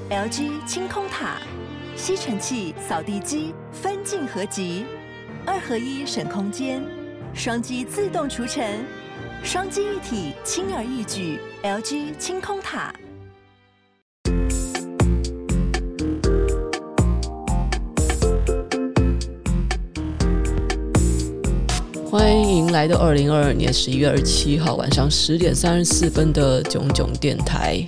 LG 清空塔，吸尘器、扫地机分镜合集，2合1省空间，双击自动除尘，双击一体轻而易举。LG 清空塔。 欢迎来到2022年11月27号晚上10点34分的囧囧电台。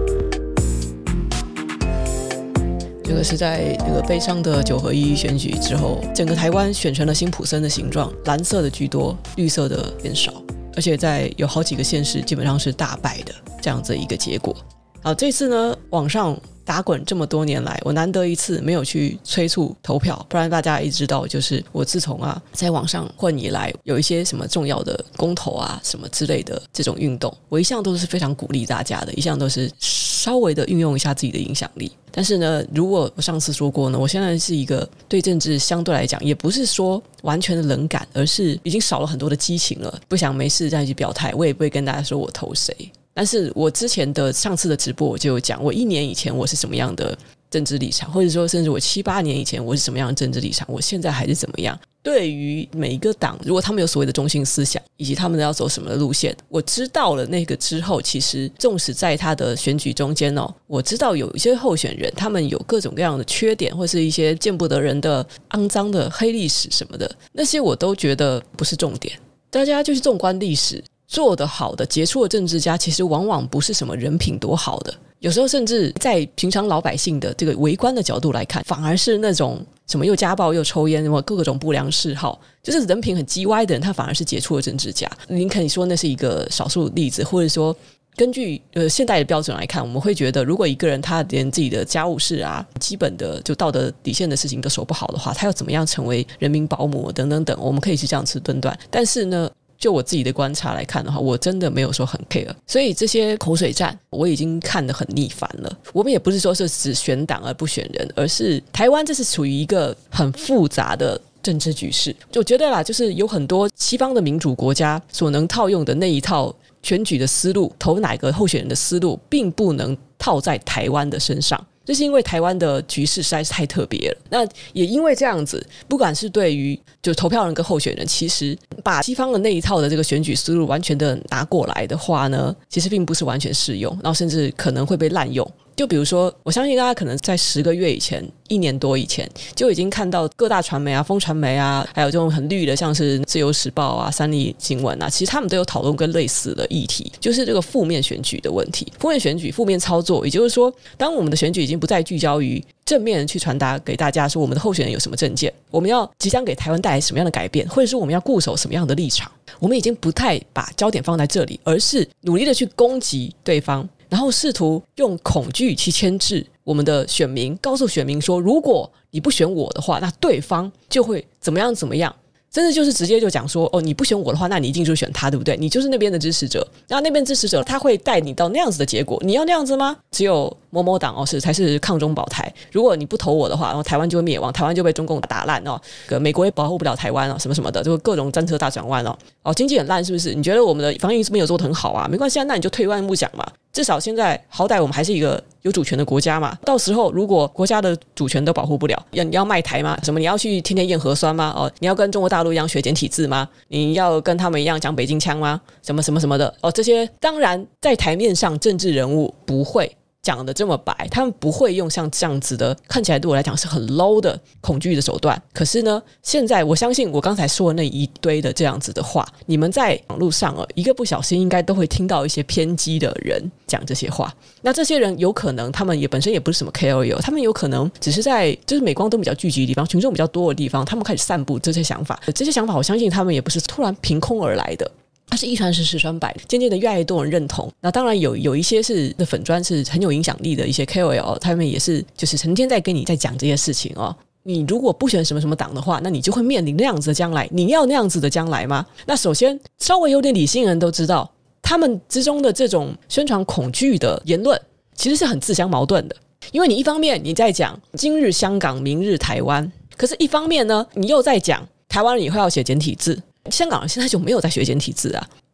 这个是在那个悲伤的9合1选举之后，整个台湾选成了辛普森的形状，蓝色的居多，绿色的变少，而且在有好几个县市基本上是大败的这样子一个结果。好，这次呢，网上打滚这么多年来，我难得一次没有去催促投票，不然大家也知道，就是我自从在网上混以来，有一些什么重要的公投什么之类的这种运动，我一向都是非常鼓励大家的，一向都是稍微的运用一下自己的影响力。但是呢，如果我上次说过呢，我现在是一个对政治相对来讲也不是说完全的冷感，而是已经少了很多的激情了，不想没事再去表态，我也不会跟大家说我投谁。但是我之前的上次的直播我就有讲，我1年以前我是什么样的政治立场，或者说甚至我7、8年以前我是什么样的政治立场，我现在还是怎么样。对于每一个党，如果他们有所谓的中心思想，以及他们要走什么的路线，我知道了那个之后，其实纵使在他的选举中间我知道有一些候选人他们有各种各样的缺点，或是一些见不得人的肮脏的黑历史什么的，那些我都觉得不是重点。大家就是纵观历史，做得好的杰出的政治家其实往往不是什么人品多好的，有时候甚至在平常老百姓的这个围观的角度来看，反而是那种什么又家暴又抽烟，各种不良嗜好，就是人品很叽歪的人，他反而是杰出的政治家。您可以说那是一个少数例子，或者说根据现代的标准来看，我们会觉得如果一个人他连自己的家务事基本的就道德底线的事情都守不好的话，他要怎么样成为人民保姆等等等，我们可以去这样子论断。但是呢，就我自己的观察来看的话，我真的没有说很 care， 所以这些口水战我已经看得很腻烦了。我们也不是说是只选党而不选人，而是台湾这是处于一个很复杂的政治局势。我觉得就是有很多西方的民主国家所能套用的那一套选举的思路，投哪个候选人的思路，并不能套在台湾的身上。这是因为台湾的局势实在是太特别了，那也因为这样子，不管是对于就投票人跟候选人，其实把西方的那一套的这个选举思路完全的拿过来的话呢，其实并不是完全适用，然后甚至可能会被滥用。就比如说，我相信大家可能在10个月以前，1年多以前就已经看到各大传媒风传媒还有这种很绿的像是自由时报三立新闻其实他们都有讨论跟类似的议题，就是这个负面选举的问题。负面选举、负面操作，也就是说，当我们的选举已经不再聚焦于正面去传达给大家说我们的候选人有什么政见，我们要即将给台湾带来什么样的改变，或者说我们要固守什么样的立场，我们已经不太把焦点放在这里，而是努力的去攻击对方，然后试图用恐惧去牵制我们的选民，告诉选民说，如果你不选我的话，那对方就会怎么样怎么样，甚至就是直接就讲说，你不选我的话，那你一定就选他，对不对？你就是那边的支持者，那边支持者他会带你到那样子的结果，你要那样子吗？只有某某党才是抗中保台，如果你不投我的话，然后台湾就会灭亡，台湾就被中共打烂美国也保护不了台湾什么什么的，就各种战车大转弯经济很烂，是不是？你觉得我们的防疫没有做得很好没关系那你就退一万步讲嘛，至少现在好歹我们还是一个有主权的国家嘛，到时候如果国家的主权都保护不了，你要卖台吗？什么你要去天天验核酸吗？你要跟中国大陆一样学简体字吗？你要跟他们一样讲北京腔吗？什么什么什么的这些当然在台面上政治人物不会讲的这么白，他们不会用像这样子的看起来对我来讲是很 low 的恐惧的手段。可是呢，现在我相信我刚才说的那一堆的这样子的话，你们在网络上一个不小心应该都会听到一些偏激的人讲这些话。那这些人有可能他们也本身也不是什么 KOL， 他们有可能只是在就是镁光灯比较聚集的地方，群众比较多的地方，他们开始散布这些想法。这些想法我相信他们也不是突然凭空而来的，它是一传十，十传百，渐渐的越来越多人认同。那当然有一些是的粉专是很有影响力的一些 KOL， 他们也是就是成天在跟你在讲这些事情你如果不选什么什么党的话，那你就会面临那样子的将来。你要那样子的将来吗？那首先稍微有点理性的人都知道，他们之中的这种宣传恐惧的言论其实是很自相矛盾的。因为你一方面你在讲今日香港明日台湾，可是一方面呢你又在讲台湾人以后要写简体字，香港人现在就没有在学简体字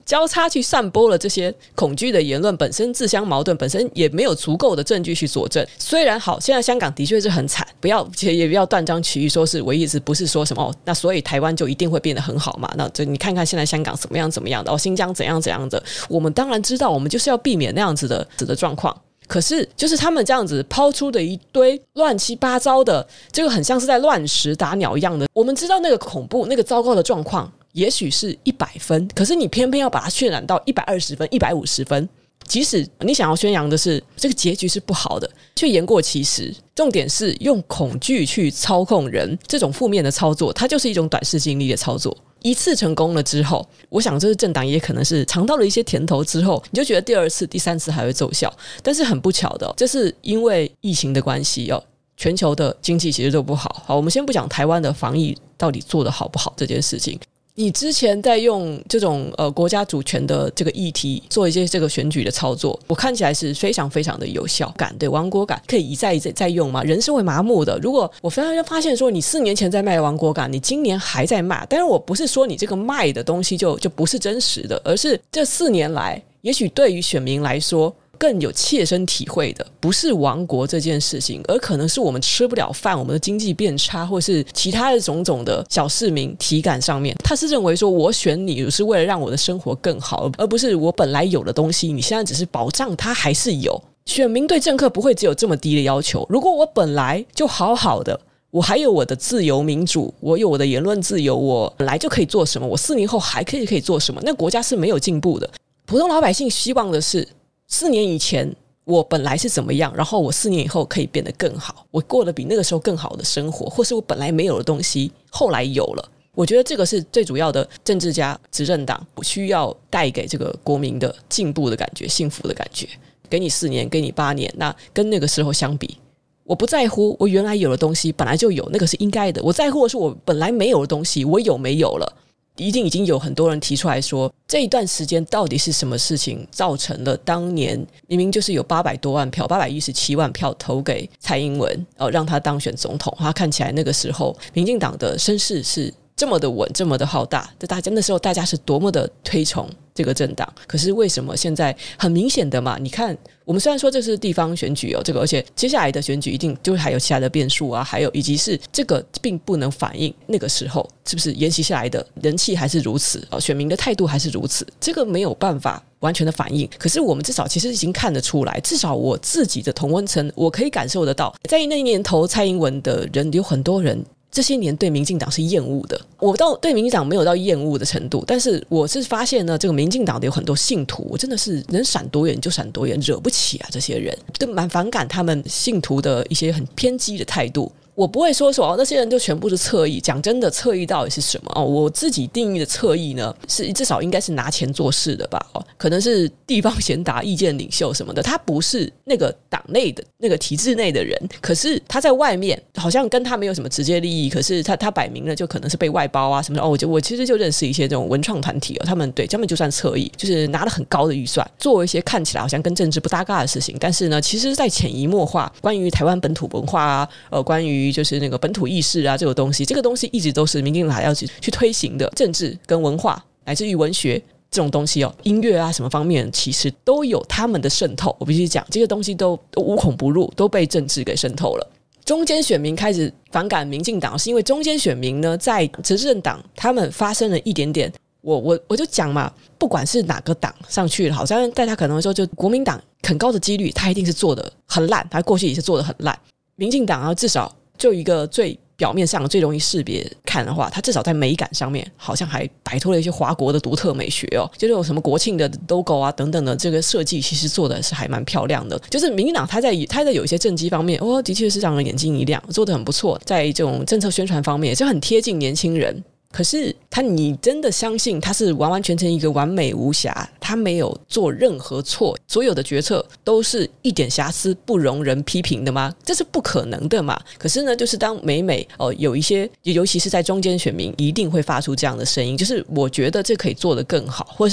交叉去散播了这些恐惧的言论，本身自相矛盾，本身也没有足够的证据去佐证。虽然好，现在香港的确是很惨，也不要断章取义说是唯一，不是说什么那所以台湾就一定会变得很好嘛？那这你看看现在香港怎么样的新疆怎样的，我们当然知道，我们就是要避免那样子的状况。可是就是他们这样子抛出的一堆乱七八糟的，这个很像是在乱石打鸟一样的。我们知道那个恐怖那个糟糕的状况也许是100分，可是你偏偏要把它渲染到120分150分，即使你想要宣扬的是这个结局是不好的，却言过其实。重点是用恐惧去操控人，这种负面的操作它就是一种短视近利的操作。一次成功了之后，我想这是政党也可能是尝到了一些甜头之后，你就觉得第二次第三次还会奏效。但是很不巧的这是因为疫情的关系全球的经济其实都不好。好，我们先不讲台湾的防疫到底做得好不好这件事情，你之前在用这种国家主权的这个议题做一些这个选举的操作，我看起来是非常非常的有效感，对，亡国感可以一再用吗？人是会麻木的。如果我发现说你4年前在卖亡国感，你今年还在卖，但是我不是说你这个卖的东西就不是真实的，而是这4年来也许对于选民来说更有切身体会的不是亡国这件事情，而可能是我们吃不了饭，我们的经济变差，或是其他的种种的小市民体感上面，他是认为说我选你是为了让我的生活更好，而不是我本来有的东西你现在只是保障它还是有。选民对政客不会只有这么低的要求，如果我本来就好好的，我还有我的自由民主，我有我的言论自由，我本来就可以做什么，我4年后还可以做什么，那国家是没有进步的。普通老百姓希望的是4年以前我本来是怎么样，然后我4年以后可以变得更好，我过得比那个时候更好的生活，或是我本来没有的东西后来有了。我觉得这个是最主要的政治家执政党需要带给这个国民的进步的感觉，幸福的感觉。给你4年给你8年，那跟那个时候相比，我不在乎我原来有的东西本来就有，那个是应该的，我在乎的是我本来没有的东西我有没有了。一定已经有很多人提出来说，这一段时间到底是什么事情造成了当年明明就是有800多万票817万票投给蔡英文让他当选总统，他看起来那个时候民进党的声势是这么的稳这么的浩大，那时候大家是多么的推崇这个政党。可是为什么现在很明显的嘛，你看我们虽然说这是地方选举这个而且接下来的选举一定就还有其他的变数啊，还有以及是这个并不能反映那个时候是不是沿袭下来的人气还是如此选民的态度还是如此，这个没有办法完全的反映。可是我们至少其实已经看得出来，至少我自己的同温层我可以感受得到，在那一年投蔡英文的人有很多人这些年对民进党是厌恶的。我对民进党没有到厌恶的程度，但是我是发现呢，这个民进党的有很多信徒，我真的是能闪多远就闪多远，惹不起啊，这些人就蛮反感他们信徒的一些很偏激的态度。我不会说那些人就全部是侧翼，讲真的，侧翼到底是什么我自己定义的侧翼呢，是至少应该是拿钱做事的吧可能是地方贤达、意见领袖什么的，他不是那个党内的那个体制内的人，可是他在外面好像跟他没有什么直接利益，可是他摆明了就可能是被外包啊什么的我其实就认识一些这种文创团体他们就算侧翼，就是拿了很高的预算做一些看起来好像跟政治不搭嘎的事情，但是呢其实在潜移默化关于台湾本土文化啊关于就是那个本土意识啊这个东西一直都是民进党要去推行的，政治跟文化乃至于文学这种东西音乐啊什么方面其实都有他们的渗透。我必须讲这些东西都无孔不入，都被政治给渗透了。中间选民开始反感民进党，是因为中间选民呢在执政党他们发生了一点点我就讲嘛，不管是哪个党上去了，好像大家可能说就国民党很高的几率他一定是做的很烂，他过去也是做的很烂。民进党至少就一个最表面上最容易识别看的话，它至少在美感上面好像还摆脱了一些华国的独特美学就是有什么国庆的 logo 啊等等的这个设计其实做的是还蛮漂亮的。就是民进党它在有一些政绩方面的确是让人眼睛一亮，做得很不错，在这种政策宣传方面也是很贴近年轻人。可是你真的相信他是完完全全一个完美无瑕，他没有做任何错，所有的决策都是一点瑕疵不容人批评的吗？这是不可能的嘛。可是呢就是当每有一些尤其是在中间选民一定会发出这样的声音，就是我觉得这可以做得更好，或是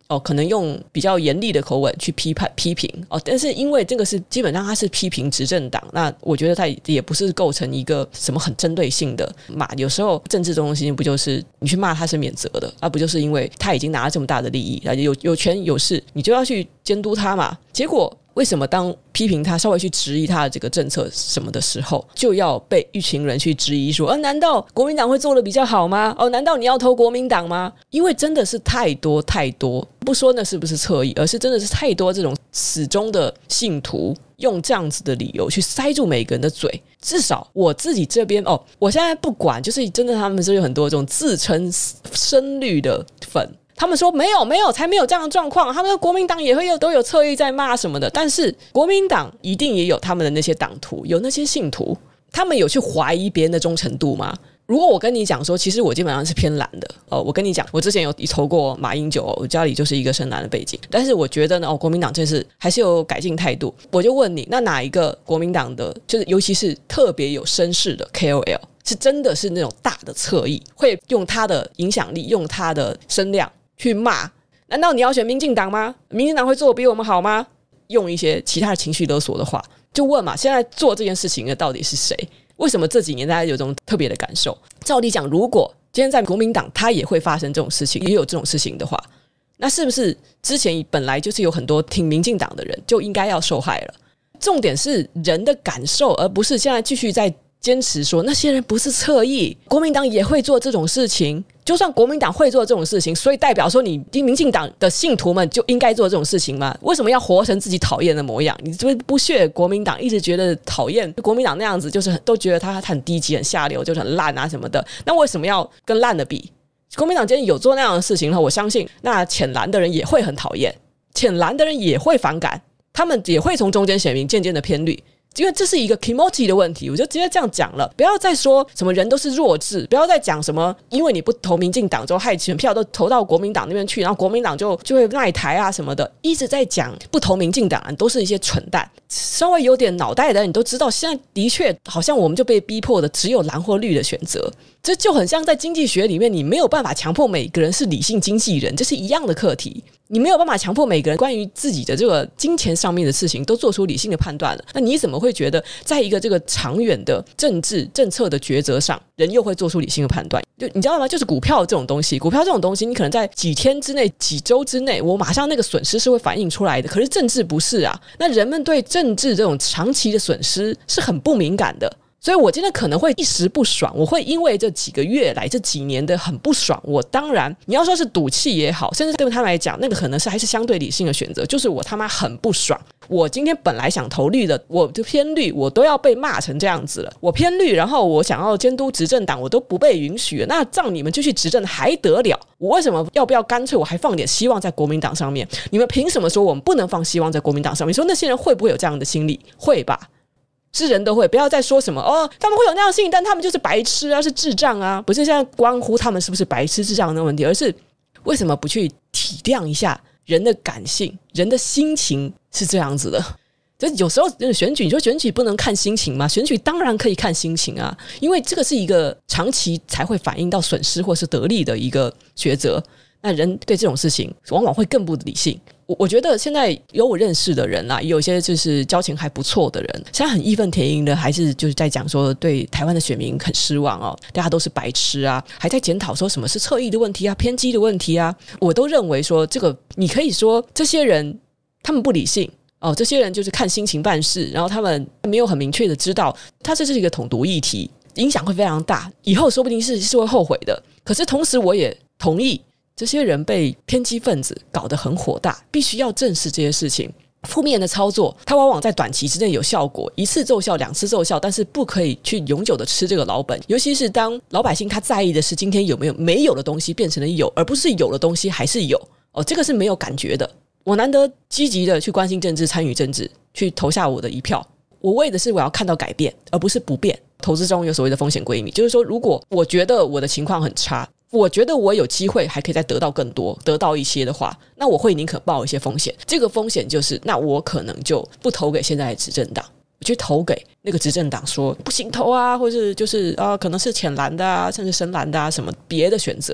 可能用比较严厉的口吻去批评但是因为这个是基本上他是批评执政党，那我觉得他也不是构成一个什么很针对性的骂。有时候政治这种东西不就是你去骂他是免责的，而不就是因为他已经拿了这么大的利益，有权有势，你就要去监督他嘛。结果为什么当批评他稍微去质疑他的这个政策什么的时候，就要被一群人去质疑说难道国民党会做得比较好吗？难道你要投国民党吗？因为真的是太多，不说那是不是侧翼，而是真的是太多这种死忠的信徒用这样子的理由去塞住每个人的嘴。至少我自己这边我现在不管，就是真的他们是有很多这种自称深绿的粉，他们说没有才没有这样的状况，他们说国民党也会都有侧翼在骂什么的，但是国民党一定也有他们的那些党徒，有那些信徒，他们有去怀疑别人的忠诚度吗？如果我跟你讲说其实我基本上是偏蓝的我跟你讲我之前有投过马英九我家里就是一个深蓝的背景，但是我觉得呢国民党这次还是有改进态度。我就问你，那哪一个国民党的就是尤其是特别有声势的 KOL 是真的是那种大的侧翼，会用他的影响力用他的声量去骂？难道你要选民进党吗？民进党会做得比我们好吗？用一些其他的情绪勒索的话，就问嘛，现在做这件事情的到底是谁？为什么这几年大家有这种特别的感受？照理讲，如果今天在国民党他也会发生这种事情，也有这种事情的话，那是不是之前本来就是有很多挺民进党的人就应该要受害了？重点是人的感受，而不是现在继续在坚持说那些人不是侧翼，国民党也会做这种事情。就算国民党会做这种事情，所以代表说你民进党的信徒们就应该做这种事情吗？为什么要活成自己讨厌的模样？你是不是不屑国民党，一直觉得讨厌国民党那样子，就是都觉得他很低级很下流，就是很烂啊什么的？那为什么要跟烂的比？国民党今天有做那样的事情的话，我相信那浅蓝的人也会很讨厌，浅蓝的人也会反感，他们也会从中间选民渐渐的偏绿。因为这是一个 kimochi 的问题，我就直接这样讲了，不要再说什么人都是弱智，不要再讲什么因为你不投民进党之后害选票都投到国民党那边去，然后国民党就会卖台啊什么的，一直在讲不投民进党人都是一些蠢蛋。稍微有点脑袋的人你都知道，现在的确好像我们就被逼迫的只有蓝或绿的选择，这就很像在经济学里面你没有办法强迫每个人是理性经纪人，这是一样的课题。你没有办法强迫每个人关于自己的这个金钱上面的事情都做出理性的判断了，那你怎么会觉得在一个这个长远的政治政策的抉择上人又会做出理性的判断？就你知道吗？就是股票这种东西，股票这种东西你可能在几天之内几周之内我马上那个损失是会反映出来的，可是政治不是啊，那人们对政治这种长期的损失是很不敏感的。所以我今天可能会一时不爽，我会因为这几个月来这几年的很不爽，我当然你要说是赌气也好，甚至对他们来讲那个可能是还是相对理性的选择，就是我他妈很不爽，我今天本来想投绿的，我就偏绿，我都要被骂成这样子了，我偏绿，然后我想要监督执政党我都不被允许了，那让你们继续执政还得了？我为什么要不要干脆我还放点希望在国民党上面？你们凭什么说我们不能放希望在国民党上面？说那些人会不会有这样的心理？会吧，是人都会，不要再说什么他们会有那样的心理，但他们就是白痴啊，是智障啊，不是现在关乎他们是不是白痴智障的问题，而是为什么不去体谅一下人的感性，人的心情是这样子的。就有时候选举，你说选举不能看心情吗？选举当然可以看心情啊，因为这个是一个长期才会反映到损失或是得利的一个抉择，那人对这种事情往往会更不理性。我觉得现在有我认识的人啦，也有一些就是交情还不错的人，现在很义愤填膺的，还是就是在讲说对台湾的选民很失望大家都是白痴啊，还在检讨说什么是侧翼的问题啊，偏激的问题啊。我都认为说这个你可以说这些人他们不理性这些人就是看心情办事，然后他们没有很明确的知道他这是一个统独议题，影响会非常大，以后说不定是会后悔的。可是同时我也同意这些人被偏激分子搞得很火大，必须要正视这些事情。负面的操作它往往在短期之内有效果，一次奏效两次奏效，但是不可以去永久的吃这个老本，尤其是当老百姓他在意的是今天有没有的东西变成了有，而不是有的东西还是有这个是没有感觉的。我难得积极的去关心政治，参与政治，去投下我的一票，我为的是我要看到改变，而不是不变。投资中有所谓的风险归因，就是说如果我觉得我的情况很差，我觉得我有机会还可以再得到更多，得到一些的话，那我会宁可冒一些风险。这个风险就是那我可能就不投给现在的执政党，我去投给那个执政党说不行投啊，或者就是可能是浅蓝的啊，甚至深蓝的啊，什么别的选择。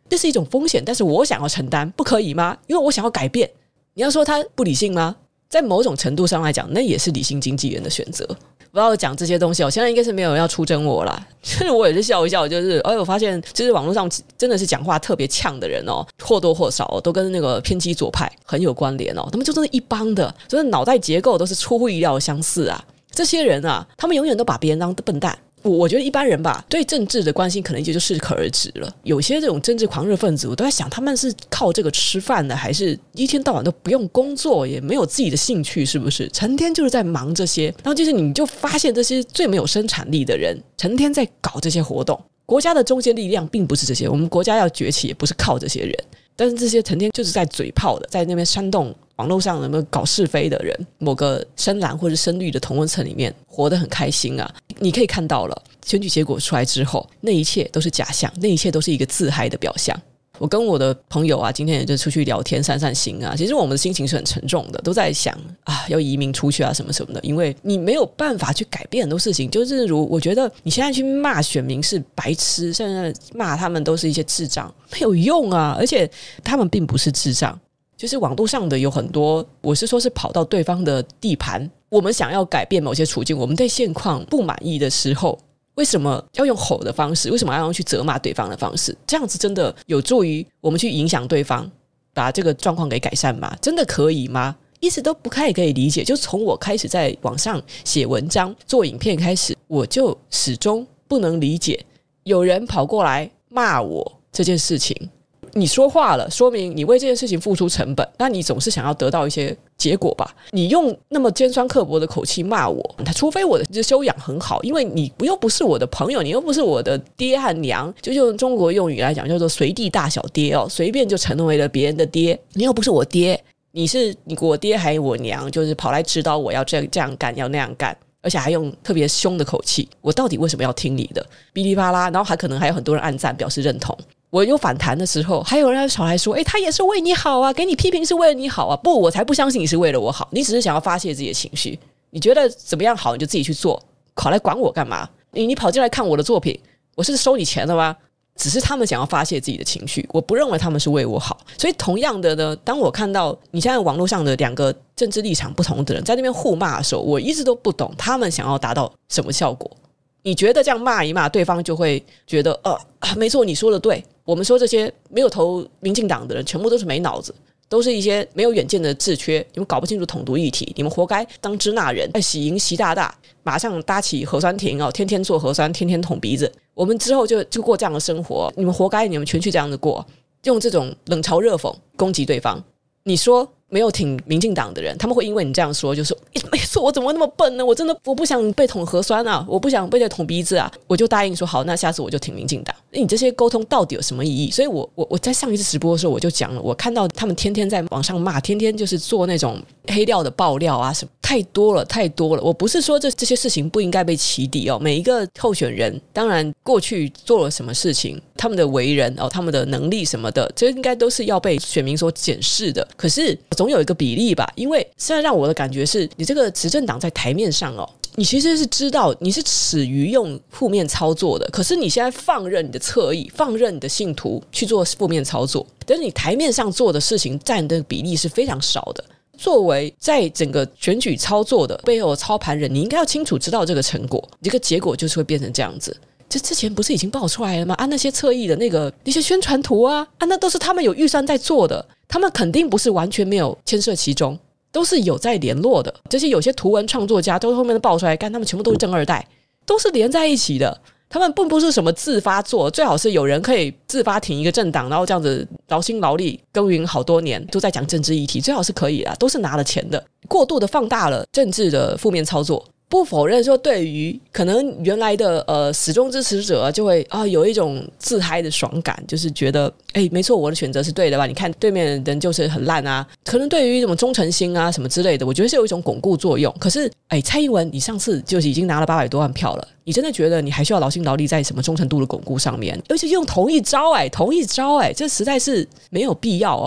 这是一种风险，但是我想要承担，不可以吗？因为我想要改变。你要说他不理性吗？在某种程度上来讲，那也是理性经纪人的选择。不要讲这些东西，现在应该是没有人要出征我啦。我也是笑一笑，就是我发现其实网络上真的是讲话特别呛的人哦，或多或少都跟那个偏激左派很有关联哦。他们就真的一帮的，真的脑袋结构都是出乎意料的相似啊。这些人啊，他们永远都把别人当笨蛋。我觉得一般人吧，对政治的关心可能也就适可而止了。有些这种政治狂热分子，我都在想他们是靠这个吃饭的，还是一天到晚都不用工作，也没有自己的兴趣，是不是？成天就是在忙这些，然后就是你就发现这些最没有生产力的人，成天在搞这些活动。国家的中坚力量并不是这些，我们国家要崛起也不是靠这些人，但是这些成天就是在嘴炮的，在那边煽动网络上有没有搞是非的人，某个深蓝或者深绿的同温层里面活得很开心啊。你可以看到了，选举结果出来之后，那一切都是假象，那一切都是一个自嗨的表象。我跟我的朋友啊，今天也就出去聊天散散心啊，其实我们的心情是很沉重的，都在想啊，要移民出去啊什么什么的，因为你没有办法去改变很多事情。就是如我觉得你现在去骂选民是白痴，现在骂他们都是一些智障，没有用啊，而且他们并不是智障。就是网络上的有很多，我是说是跑到对方的地盘，我们想要改变某些处境，我们对现况不满意的时候，为什么要用吼的方式？为什么要用去责骂对方的方式？这样子真的有助于我们去影响对方，把这个状况给改善吗？真的可以吗？一直都不太可以理解。就从我开始在网上写文章、做影片开始，我就始终不能理解有人跑过来骂我这件事情。你说话了，说明你为这件事情付出成本，那你总是想要得到一些结果吧？你用那么尖酸刻薄的口气骂我，除非我的修养很好，因为你又不是我的朋友，你又不是我的爹和娘，就用中国用语来讲叫做随地大小爹哦，随便就成为了别人的爹。你又不是我爹，你是你我爹还有我娘，就是跑来指导我要这样干，要那样干。而且还用特别凶的口气，我到底为什么要听你的？哔哩吧啦，然后还可能还有很多人按赞表示认同。我有反弹的时候，还有人跑来说他也是为你好啊，给你批评是为了你好啊。不，我才不相信你是为了我好，你只是想要发泄自己的情绪，你觉得怎么样好你就自己去做，跑来管我干嘛？你跑进来看我的作品，我是收你钱了吗？只是他们想要发泄自己的情绪，我不认为他们是为我好。所以同样的呢，当我看到你现在网络上的两个政治立场不同的人在那边互骂的时候，我一直都不懂他们想要达到什么效果。你觉得这样骂一骂，对方就会觉得没错，你说的对，我们说这些没有投民进党的人全部都是没脑子，都是一些没有远见的智缺，你们搞不清楚统独议题，你们活该当支那人，喜迎习大大，马上搭起核酸亭天天做核酸，天天捅鼻子，我们之后就过这样的生活，你们活该，你们全去这样的过，用这种冷嘲热讽攻击对方。你说没有挺民进党的人，他们会因为你这样说就说没错，我怎么会那么笨呢？我不想被捅核酸啊，我不想被捅鼻子啊，我就答应说好，那下次我就挺民进党。你这些沟通到底有什么意义？所以我在上一次直播的时候我就讲了，我看到他们天天在网上骂，天天就是做那种黑料的爆料啊什么，太多了。我不是说这些事情不应该被起底哦，每一个候选人当然过去做了什么事情，他们的为人他们的能力什么的，这应该都是要被选民所检视的。可是总有一个比例吧，因为现在让我的感觉是你这个执政党在台面上你其实是知道你是耻于用负面操作的，可是你现在放任你的侧翼，放任你的信徒去做负面操作，但是你台面上做的事情占的比例是非常少的。作为在整个选举操作的背后的操盘人，你应该要清楚知道这个成果，这个结果就是会变成这样子。这之前不是已经爆出来了吗？那些侧翼的那些宣传图那都是他们有预算在做的，他们肯定不是完全没有牵涉其中，都是有在联络的。这些有些图文创作家都后面爆出来，他们全部都是正二代，都是连在一起的。他们并不是什么自发做，最好是有人可以自发挺一个政党，然后这样子劳心劳力耕耘好多年，都在讲政治议题，最好是可以啦，都是拿了钱的。过度的放大了政治的负面操作，不否认说对于可能原来的始终支持者就会有一种自嗨的爽感，就是觉得没错，我的选择是对的吧？你看对面的人就是很烂啊。可能对于什么忠诚心啊什么之类的，我觉得是有一种巩固作用。可是蔡英文你上次就已经拿了800多万票了，你真的觉得你还需要劳心劳力在什么忠诚度的巩固上面？而且用同一招这实在是没有必要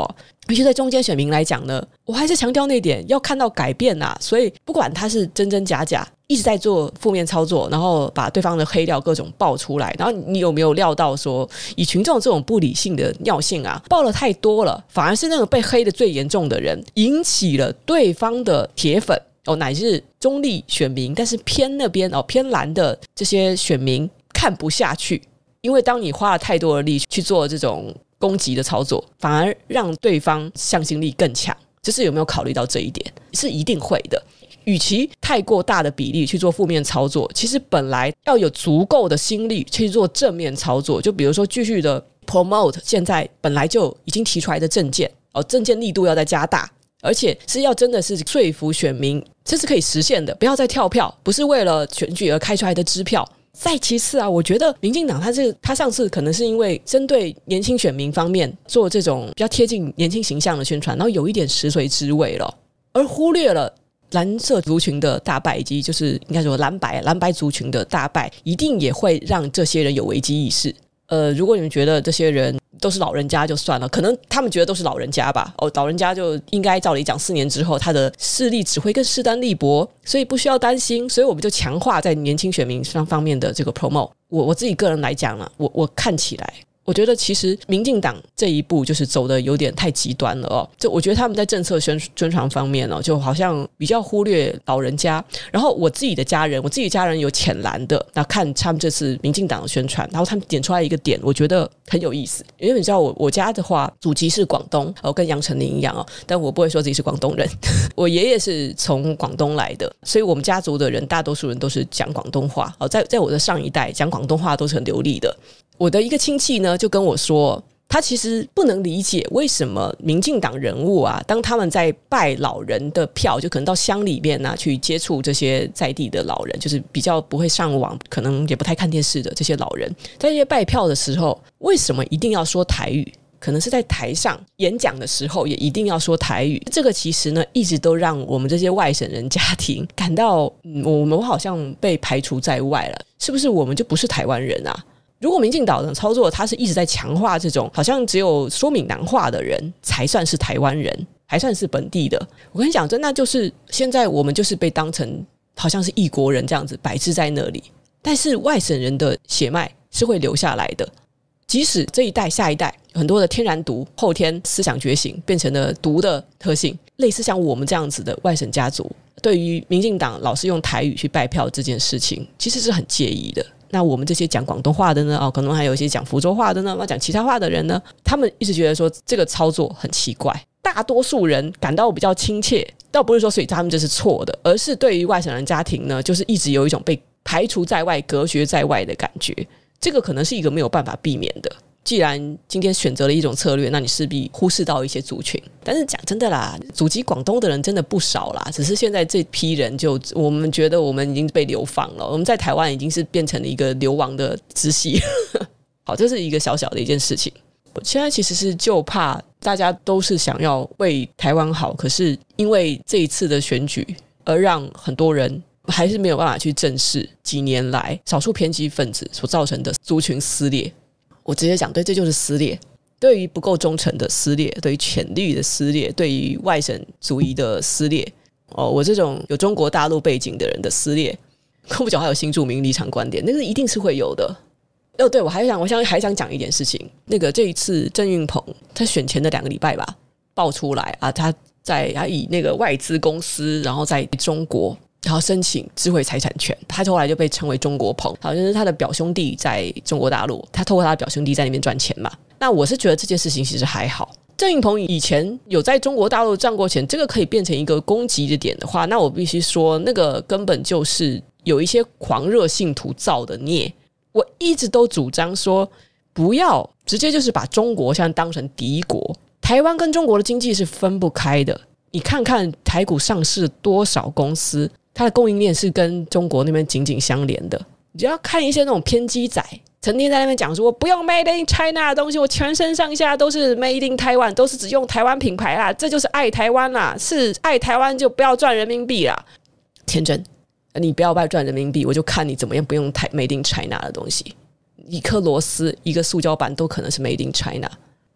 而且对中间选民来讲呢，我还是强调那点，要看到改变啊。所以不管他是真真假假，一直在做负面操作，然后把对方的黑料各种爆出来，然后你有没有料到说，以群众这种不理性的尿性啊，爆了太多了，反而是那个被黑的最严重的人，引起了对方的铁粉乃至中立选民，但是偏那边偏蓝的这些选民看不下去。因为当你花了太多的力去做这种攻击的操作，反而让对方向心力更强，就是有没有考虑到这一点？是一定会的。与其太过大的比例去做负面操作，其实本来要有足够的心力去做正面操作。就比如说继续的 promote 现在本来就已经提出来的政见政见力度要再加大，而且是要真的是说服选民，这是可以实现的，不要再跳票，不是为了选举而开出来的支票。再其次我觉得民进党他上次可能是因为针对年轻选民方面做这种比较贴近年轻形象的宣传，然后有一点食髓知味了，而忽略了蓝色族群的大败，以及就是应该说蓝白族群的大败，一定也会让这些人有危机意识。如果你们觉得这些人都是老人家就算了，可能他们觉得都是老人家吧，老人家就应该照理讲4年之后他的势力只会更势单力薄，所以不需要担心，所以我们就强化在年轻选民方面的这个 promote。 我自己个人来讲我看起来我觉得其实民进党这一步就是走的有点太极端了就我觉得他们在政策宣传方面就好像比较忽略老人家。然后我自己的家人有浅蓝的，那看他们这次民进党的宣传，然后他们点出来一个点，我觉得很有意思。因为你知道我家的话祖籍是广东跟杨丞琳一样但我不会说自己是广东人我爷爷是从广东来的，所以我们家族的人大多数人都是讲广东话在我的上一代讲广东话都是很流利的。我的一个亲戚呢就跟我说，他其实不能理解为什么民进党人物当他们在拜老人的票，就可能到乡里面去接触这些在地的老人，就是比较不会上网，可能也不太看电视的这些老人，在这些拜票的时候，为什么一定要说台语？可能是在台上演讲的时候也一定要说台语。这个其实呢一直都让我们这些外省人家庭感到我们好像被排除在外了，是不是我们就不是台湾人啊？如果民进党的操作他是一直在强化这种好像只有说闽南话的人才算是台湾人，还算是本地的，我跟你讲真的，就是现在我们就是被当成好像是异国人这样子摆置在那里。但是外省人的血脉是会留下来的，即使这一代下一代很多的天然独后天思想觉醒变成了独的特性，类似像我们这样子的外省家族，对于民进党老是用台语去拜票这件事情其实是很介意的。那我们这些讲广东话的呢可能还有一些讲福州话的呢，讲其他话的人呢，他们一直觉得说这个操作很奇怪。大多数人感到比较亲切，倒不是说所以他们这是错的，而是对于外省人家庭呢就是一直有一种被排除在外隔绝在外的感觉，这个可能是一个没有办法避免的。既然今天选择了一种策略，那你势必忽视到一些族群。但是讲真的啦，祖籍广东的人真的不少啦，只是现在这批人就我们觉得我们已经被流放了，我们在台湾已经是变成了一个流亡的支系好，这是一个小小的一件事情。现在其实是就怕大家都是想要为台湾好，可是因为这一次的选举而让很多人还是没有办法去正视几年来少数偏激分子所造成的族群撕裂。我直接讲，对，这就是撕裂，对于不够忠诚的撕裂，对于浅绿的撕裂，对于外省族裔的撕裂我这种有中国大陆背景的人的撕裂，不久还有新住民立场观点，那个一定是会有的。对，我还想讲一点事情，那个这一次郑运鹏他选前的2个礼拜吧爆出来他以那个外资公司然后在中国然后申请智慧财产权，他后来就被称为中国鹏，好像是他的表兄弟在中国大陆，他透过他的表兄弟在那边赚钱嘛。那我是觉得这件事情其实还好，郑运鹏以前有在中国大陆赚过钱，这个可以变成一个攻击的点的话，那我必须说那个根本就是有一些狂热信徒造的孽。我一直都主张说不要直接就是把中国像当成敌国，台湾跟中国的经济是分不开的。你看看台股上市多少公司，它的供应链是跟中国那边紧紧相连的。你就要看一些那种偏激仔成天在那边讲说我不用 Made in China 的东西，我全身上下都是 Made in Taiwan， 都是只用台湾品牌啦，这就是爱台湾啦，是爱台湾就不要赚人民币啦。天真，你不要赚人民币，我就看你怎么样不用 Made in China 的东西。一颗螺丝一个塑胶板都可能是 Made in China，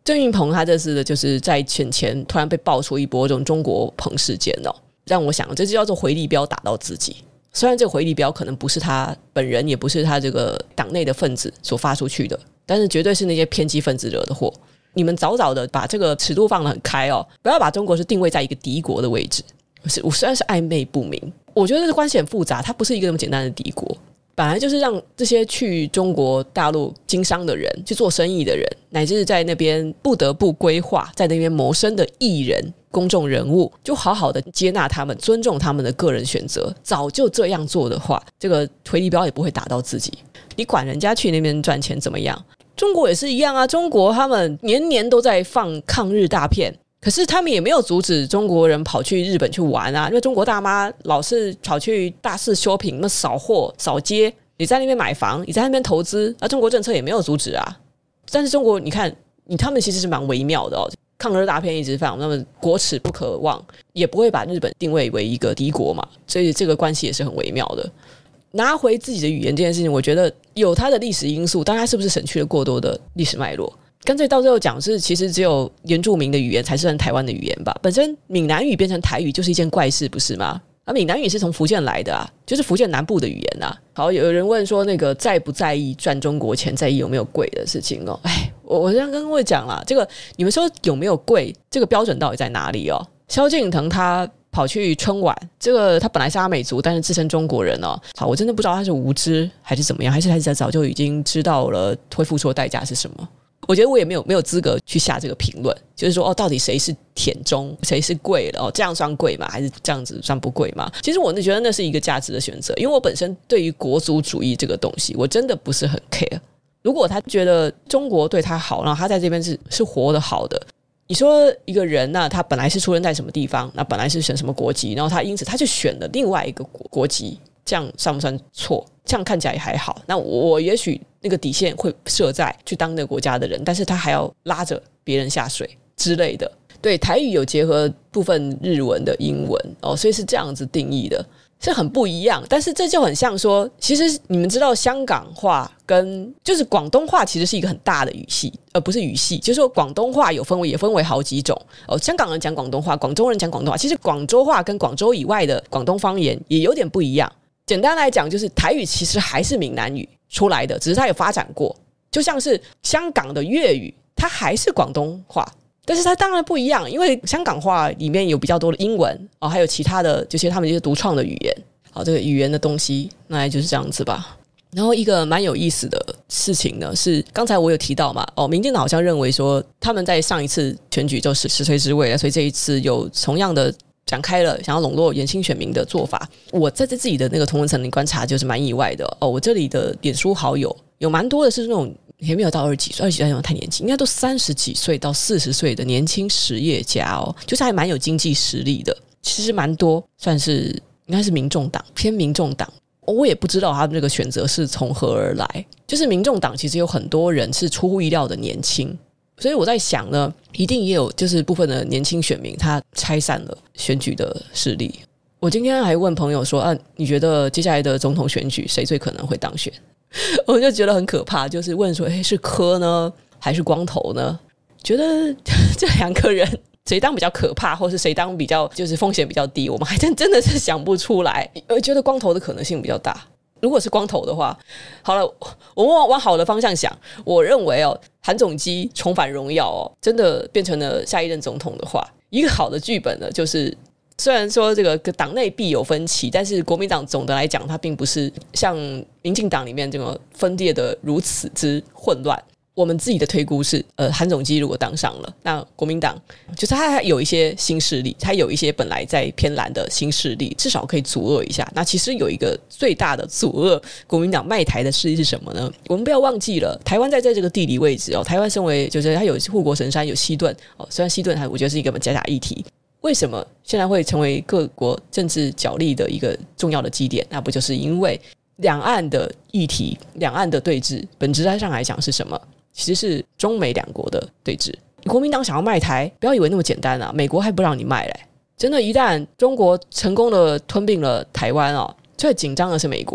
郑运鹏他这次的就是在选前突然被爆出一波这种中国棚事件哦，让我想这就叫做回力镖打到自己。虽然这个回力镖可能不是他本人，也不是他这个党内的分子所发出去的，但是绝对是那些偏激分子惹的祸。你们早早的把这个尺度放得很开哦，不要把中国是定位在一个敌国的位置，我虽然是暧昧不明，我觉得这个关系很复杂，它不是一个那么简单的敌国。本来就是让这些去中国大陆经商的人，去做生意的人，乃至在那边不得不规划在那边谋生的艺人公众人物，就好好的接纳他们，尊重他们的个人选择。早就这样做的话，这个回力镖也不会打到自己。你管人家去那边赚钱怎么样？中国也是一样啊，中国他们年年都在放抗日大片，可是他们也没有阻止中国人跑去日本去玩啊，因为中国大妈老是跑去大肆 shopping， 那扫货扫街，你在那边买房，你在那边投资，中国政策也没有阻止啊。但是中国你看他们其实是蛮微妙的哦，抗日大片一直放，那么国耻不可忘，也不会把日本定位为一个敌国嘛，所以这个关系也是很微妙的。拿回自己的语言这件事情，我觉得有它的历史因素，但它是不是省去了过多的历史脉络？干脆到最后讲是，其实只有原住民的语言才算台湾的语言吧。本身闽南语变成台语就是一件怪事，不是吗？闽南语是从福建来的啊，就是福建南部的语言啊。好，有人问说那个在不在意赚中国钱，在意有没有贵的事情哦。我这样跟各位讲啦，这个你们说有没有贵，这个标准到底在哪里哦？萧敬腾他跑去春晚，这个他本来是阿美族，但是自称中国人哦。好，我真的不知道他是无知还是怎么样，还是他早就已经知道了会付出的代价是什么。我觉得我也没有资格去下这个评论，就是说到底谁是舔中，谁是贵了这样算贵吗？还是这样子算不贵吗？其实我觉得那是一个价值的选择，因为我本身对于国族主义这个东西，我真的不是很 care。如果他觉得中国对他好，然后他在这边是活得好的，你说一个人呢，他本来是出生在什么地方，那本来是选什么国籍，然后他因此他就选了另外一个国籍，这样算不算错？这样看起来也还好。那我也许那个底线会设在去当那个国家的人，但是他还要拉着别人下水之类的。对，台语有结合部分日文的英文所以是这样子定义的，是很不一样。但是这就很像说，其实你们知道香港话跟就是广东话其实是一个很大的语系，而不是语系，就是说广东话也分为好几种香港人讲广东话，广州人讲广东话，其实广州话跟广州以外的广东方言也有点不一样。简单来讲，就是台语其实还是闽南语出来的，只是它有发展过，就像是香港的粤语，它还是广东话，但是它当然不一样，因为香港话里面有比较多的英文还有其他的就是他们这些独创的语言。好，这个语言的东西那就是这样子吧。然后一个蛮有意思的事情呢，是刚才我有提到嘛，民进党好像认为说他们在上一次选举就是实锤之位了，所以这一次有同样的展开了想要笼络年轻选民的做法。我在自己的那个同温层里观察就是蛮意外的我这里的脸书好友有蛮多的是那种也没有到20几岁，20几岁太年轻，应该都30几岁到40岁的年轻实业家就是还蛮有经济实力的，其实蛮多，算是应该是民众党偏民众党。我也不知道他们这个选择是从何而来，就是民众党其实有很多人是出乎意料的年轻，所以我在想呢，一定也有就是部分的年轻选民他拆散了选举的势力。我今天还问朋友说你觉得接下来的总统选举谁最可能会当选？我就觉得很可怕，就是问说是柯呢还是光头呢？觉得这两个人谁当比较可怕，或是谁当比较就是风险比较低，我们还真的是想不出来。我觉得光头的可能性比较大。如果是光头的话，好了，我们往好的方向想，我认为韩总机重返荣耀真的变成了下一任总统的话，一个好的剧本呢，就是虽然说这个党内必有分歧，但是国民党总的来讲，它并不是像民进党里面这个分裂的如此之混乱。我们自己的推估是韩总机如果当上了，那国民党就是他有一些新势力，他有一些本来在偏蓝的新势力，至少可以阻遏一下。那其实有一个最大的阻遏国民党卖台的势力是什么呢？我们不要忘记了，台湾在这个地理位置台湾身为就是它有护国神山，有西顿虽然西顿我觉得是一个假议题，为什么现在会成为各国政治角力的一个重要的基点？那不就是因为两岸的议题，两岸的对峙本质上来讲是什么？其实是中美两国的对峙。国民党想要卖台，不要以为那么简单美国还不让你卖嘞。真的，一旦中国成功的吞并了台湾最紧张的是美国。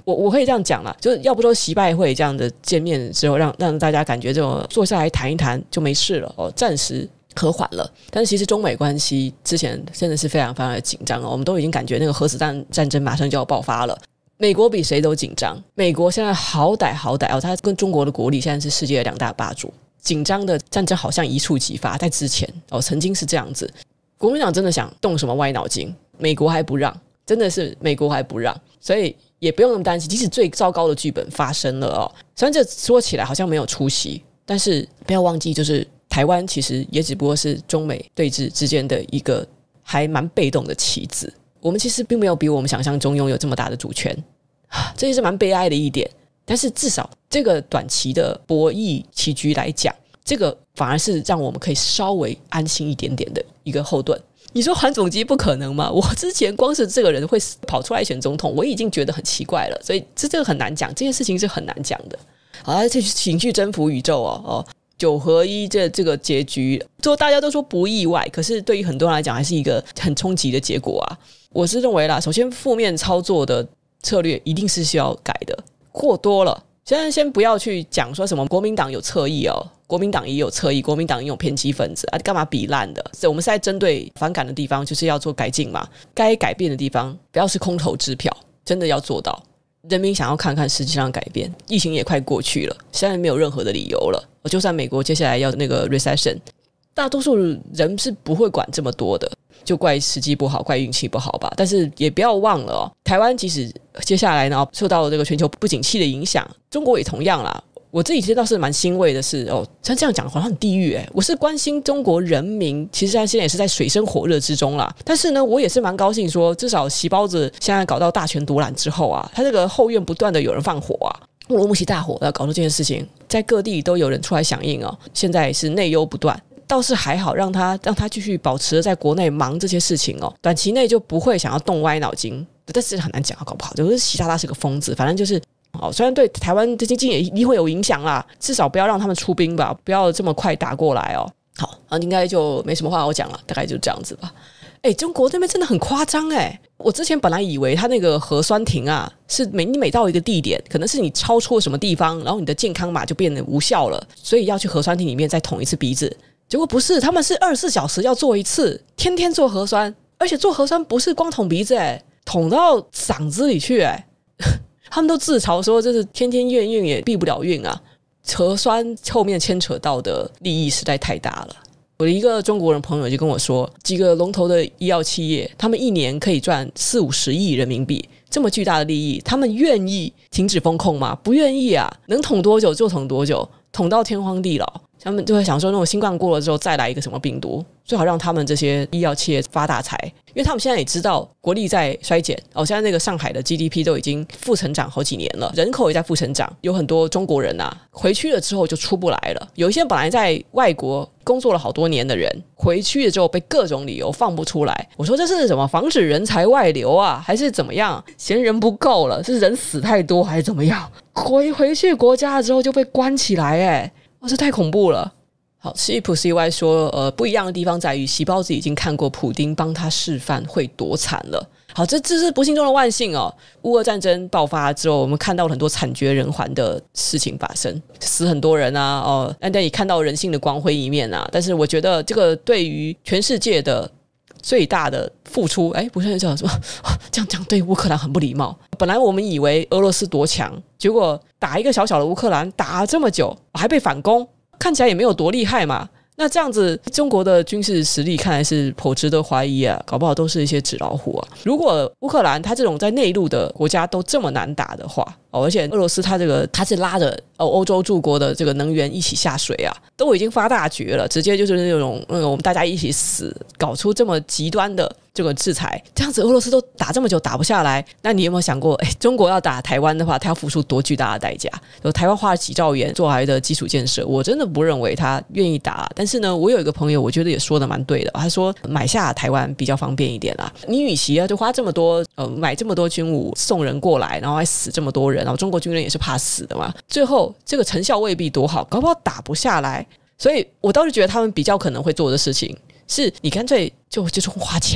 我可以这样讲啦，就是要不说习拜会这样的见面之后让大家感觉这种坐下来谈一谈就没事了暂时和缓了。但是其实中美关系之前真的是非常非常的紧张我们都已经感觉那个核子弹战争马上就要爆发了。美国比谁都紧张，美国现在好歹它跟中国的国力现在是世界的两大霸主，紧张的战争好像一触即发。在之前曾经是这样子，国民党真的想动什么歪脑筋，美国还不让，真的是美国还不让，所以也不用那么担心。即使最糟糕的剧本发生了虽然这说起来好像没有出息，但是不要忘记，就是台湾其实也只不过是中美对峙之间的一个还蛮被动的棋子，我们其实并没有比我们想象中拥有这么大的主权，这也是蛮悲哀的一点。但是至少这个短期的博弈棋局来讲，这个反而是让我们可以稍微安心一点点的一个后盾。你说韩总机不可能吗？我之前光是这个人会跑出来选总统，我已经觉得很奇怪了，所以这个很难讲，这件事情是很难讲的。好，这情绪征服宇宙九合一这个结局，就大家都说不意外，可是对于很多人来讲还是一个很冲击的结果啊。我是认为啦，首先负面操作的策略一定是需要改的，过多了。现在先不要去讲说什么国民党有侧翼国民党也有侧翼，国民党也有偏激分子干嘛比烂的？所以我们是在针对反感的地方就是要做改进嘛，该改变的地方不要是空头支票，真的要做到。人民想要看看实际上改变，疫情也快过去了，现在没有任何的理由了。就算美国接下来要那个 recession， 大多数人是不会管这么多的，就怪时机不好，怪运气不好吧。但是也不要忘了台湾即使接下来呢受到这个全球不景气的影响，中国也同样啦。我自己其实倒是蛮欣慰的是像这样讲好像很地狱我是关心中国人民，其实现在也是在水深火热之中啦。但是呢我也是蛮高兴说，至少习包子现在搞到大权独揽之后他这个后院不断的有人放火乌鲁木齐大火要搞出这件事情，在各地都有人出来响应现在是内忧不断，倒是还好让他继续保持在国内忙这些事情短期内就不会想要动歪脑筋。但是很难讲搞不好就是习大大是个疯子，反正就是虽然对台湾的经济也一定会有影响啦，至少不要让他们出兵吧，不要这么快打过来好，应该就没什么话好讲了，大概就这样子吧。中国那边真的很夸张我之前本来以为他那个核酸亭是你每到一个地点，可能是你超出了什么地方，然后你的健康码就变得无效了，所以要去核酸亭里面再捅一次鼻子。结果不是，他们是24小时要做一次，天天做核酸，而且做核酸不是光捅鼻子捅到嗓子里去他们都自嘲说这是天天验孕也避不了孕核酸后面牵扯到的利益实在太大了。我的一个中国人朋友就跟我说，几个龙头的医药企业他们一年可以赚40-50亿人民币，这么巨大的利益，他们愿意停止风控吗？不愿意能捅多久就捅多久，捅到天荒地老。他们就会想说，那种新冠过了之后再来一个什么病毒，最好让他们这些医药企业发大财。因为他们现在也知道国力在衰减现在那个上海的 GDP 都已经负成长好几年了，人口也在负成长，有很多中国人回去了之后就出不来了。有一些本来在外国工作了好多年的人，回去了之后被各种理由放不出来。我说这是什么，防止人才外流还是怎么样？嫌人不够了，是人死太多还是怎么样？回去国家了之后就被关起来这太恐怖了。好，CY 说不一样的地方在于习包子已经看过普丁帮他示范会多惨了。好，这是不幸中的万幸乌俄战争爆发之后，我们看到了很多惨绝人寰的事情发生，死很多人但也看到人性的光辉一面但是我觉得这个对于全世界的最大的付出不是叫什么这样讲对乌克兰很不礼貌。本来我们以为俄罗斯多强，结果打一个小小的乌克兰打了这么久还被反攻，看起来也没有多厉害嘛。那这样子中国的军事实力看来是颇值得怀疑搞不好都是一些纸老虎如果乌克兰它这种在内陆的国家都这么难打的话而且俄罗斯它是拉着欧洲诸国的这个能源一起下水都已经发大绝了，直接就是那种我们大家一起死，搞出这么极端的这个制裁，这样子俄罗斯都打这么久打不下来，那你有没有想过中国要打台湾的话，他要付出多巨大的代价？台湾花了几兆元做来的基础建设，我真的不认为他愿意打。但是呢，我有一个朋友我觉得也说的蛮对的，他说买下台湾比较方便一点你与其就花这么多买这么多军武送人过来，然后还死这么多人，然后中国军人也是怕死的嘛，最后这个成效未必多好，搞不好打不下来。所以我倒是觉得他们比较可能会做的事情是，你干脆就是花钱吧，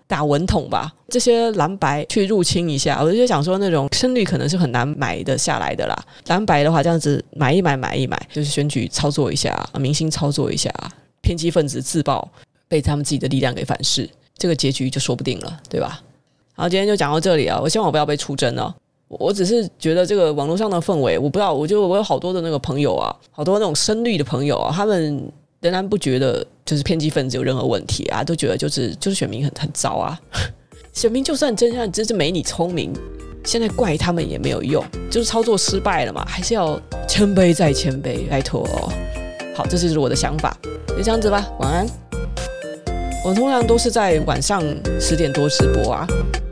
打文统吧，这些蓝白去入侵一下，我就想说那种胜率可能是很难买得下来的啦。蓝白的话这样子买一买，就是选举操作一下，明星操作一下，偏激分子自爆，被他们自己的力量给反噬，这个结局就说不定了，对吧？好，今天就讲到这里啊，我希望我不要被出征哦。我只是觉得这个网络上的氛围，我不知道，我觉得我有好多的那个朋友啊，好多那种深绿的朋友啊，他们仍然不觉得就是偏激分子有任何问题啊，都觉得就是选民很糟啊。选民就算真是没你聪明，现在怪他们也没有用，就是操作失败了嘛，还是要谦卑再谦卑，拜托哦。好，这就是我的想法，就这样子吧，晚安。我通常都是在晚上10点多直播啊。